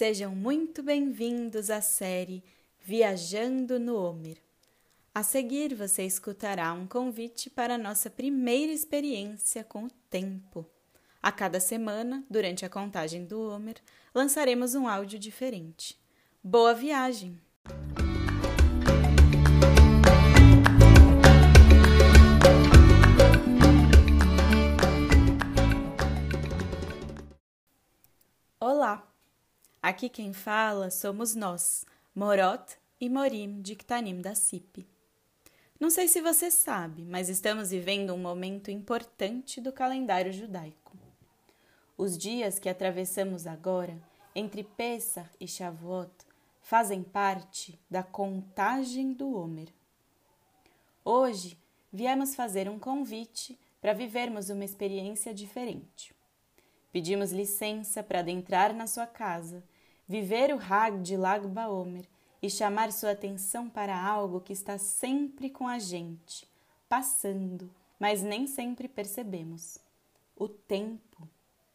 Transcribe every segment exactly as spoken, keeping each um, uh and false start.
Sejam muito bem-vindos à série Viajando no Homer. A seguir, você escutará um convite para a nossa primeira experiência com o tempo. A cada semana, durante a contagem do Homer, lançaremos um áudio diferente. Boa viagem! Olá! Aqui quem fala somos nós, Morot e Morim de Ktanim da C I P. Não sei se você sabe, mas estamos vivendo um momento importante do calendário judaico. Os dias que atravessamos agora, entre Pessah e Shavuot, fazem parte da contagem do Homer. Hoje, viemos fazer um convite para vivermos uma experiência diferente. Pedimos licença para adentrar na sua casa, viver o Hag de Lag BaOmer e chamar sua atenção para algo que está sempre com a gente, passando, mas nem sempre percebemos: o tempo.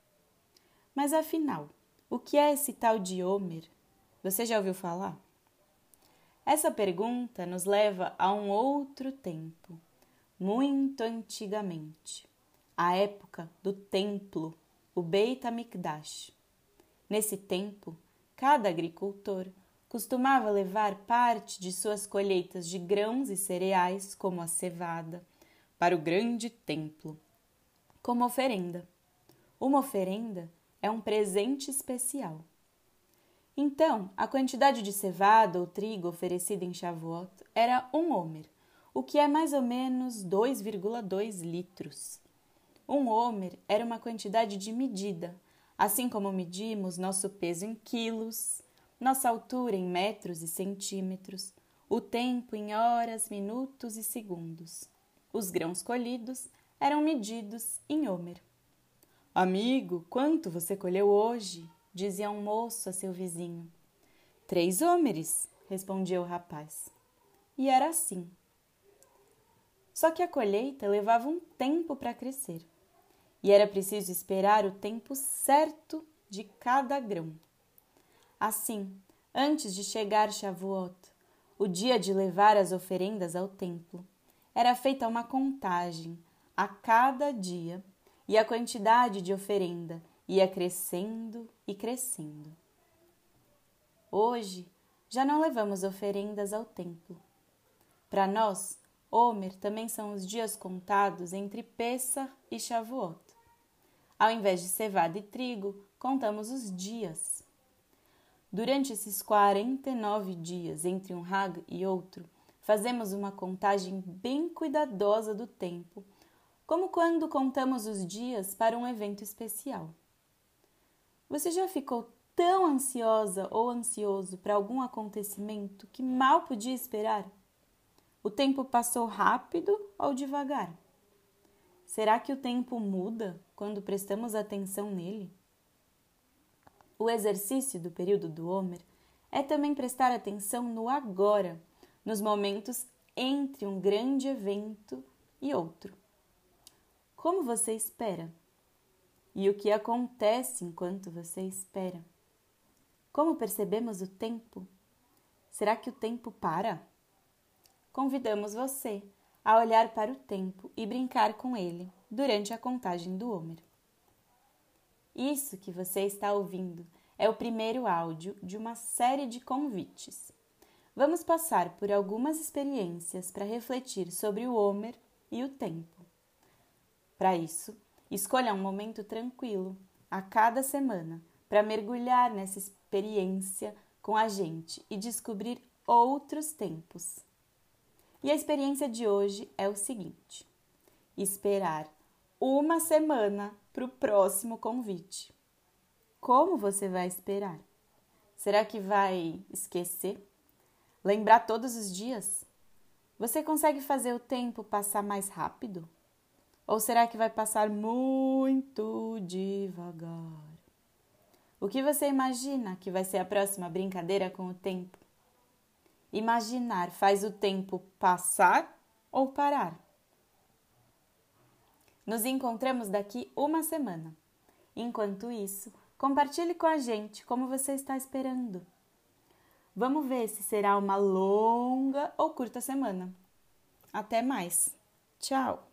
Mas afinal, o que é esse tal de Homer? Você já ouviu falar? Essa pergunta nos leva a um outro tempo, muito antigamente, a época do templo, o Beit HaMikdash. Nesse tempo, cada agricultor costumava levar parte de suas colheitas de grãos e cereais, como a cevada, para o grande templo, como oferenda. Uma oferenda é um presente especial. Então, a quantidade de cevada ou trigo oferecida em Shavuot era um homer, o que é mais ou menos dois vírgula dois litros. Um homer era uma quantidade de medida, assim como medimos nosso peso em quilos, nossa altura em metros e centímetros, o tempo em horas, minutos e segundos. Os grãos colhidos eram medidos em homer. Amigo, quanto você colheu hoje? Dizia um moço a seu vizinho. Três homeres, respondia o rapaz. E era assim. Só que a colheita levava um tempo para crescer. E era preciso esperar o tempo certo de cada grão. Assim, antes de chegar Shavuot, o dia de levar as oferendas ao templo, era feita uma contagem a cada dia e a quantidade de oferenda ia crescendo e crescendo. Hoje, já não levamos oferendas ao templo. Para nós, Homer também são os dias contados entre Pessah e Shavuot. Ao invés de cevada e trigo, contamos os dias. Durante esses quarenta e nove dias entre um Hag e outro, fazemos uma contagem bem cuidadosa do tempo, como quando contamos os dias para um evento especial. Você já ficou tão ansiosa ou ansioso para algum acontecimento que mal podia esperar? O tempo passou rápido ou devagar? Será que o tempo muda quando prestamos atenção nele? O exercício do período do Homer é também prestar atenção no agora, nos momentos entre um grande evento e outro. Como você espera? E o que acontece enquanto você espera? Como percebemos o tempo? Será que o tempo para? Convidamos você a olhar para o tempo e brincar com ele durante a contagem do Homer. Isso que você está ouvindo é o primeiro áudio de uma série de convites. Vamos passar por algumas experiências para refletir sobre o Homer e o tempo. Para isso, escolha um momento tranquilo a cada semana para mergulhar nessa experiência com a gente e descobrir outros tempos. E a experiência de hoje é o seguinte: esperar uma semana para o próximo convite. Como você vai esperar? Será que vai esquecer? Lembrar todos os dias? Você consegue fazer o tempo passar mais rápido? Ou será que vai passar muito devagar? O que você imagina que vai ser a próxima brincadeira com o tempo? Imaginar faz o tempo passar ou parar? Nos encontramos daqui uma semana. Enquanto isso, Compartilhe com a gente como você está esperando. Vamos ver se será uma longa ou curta semana. Até mais. Tchau!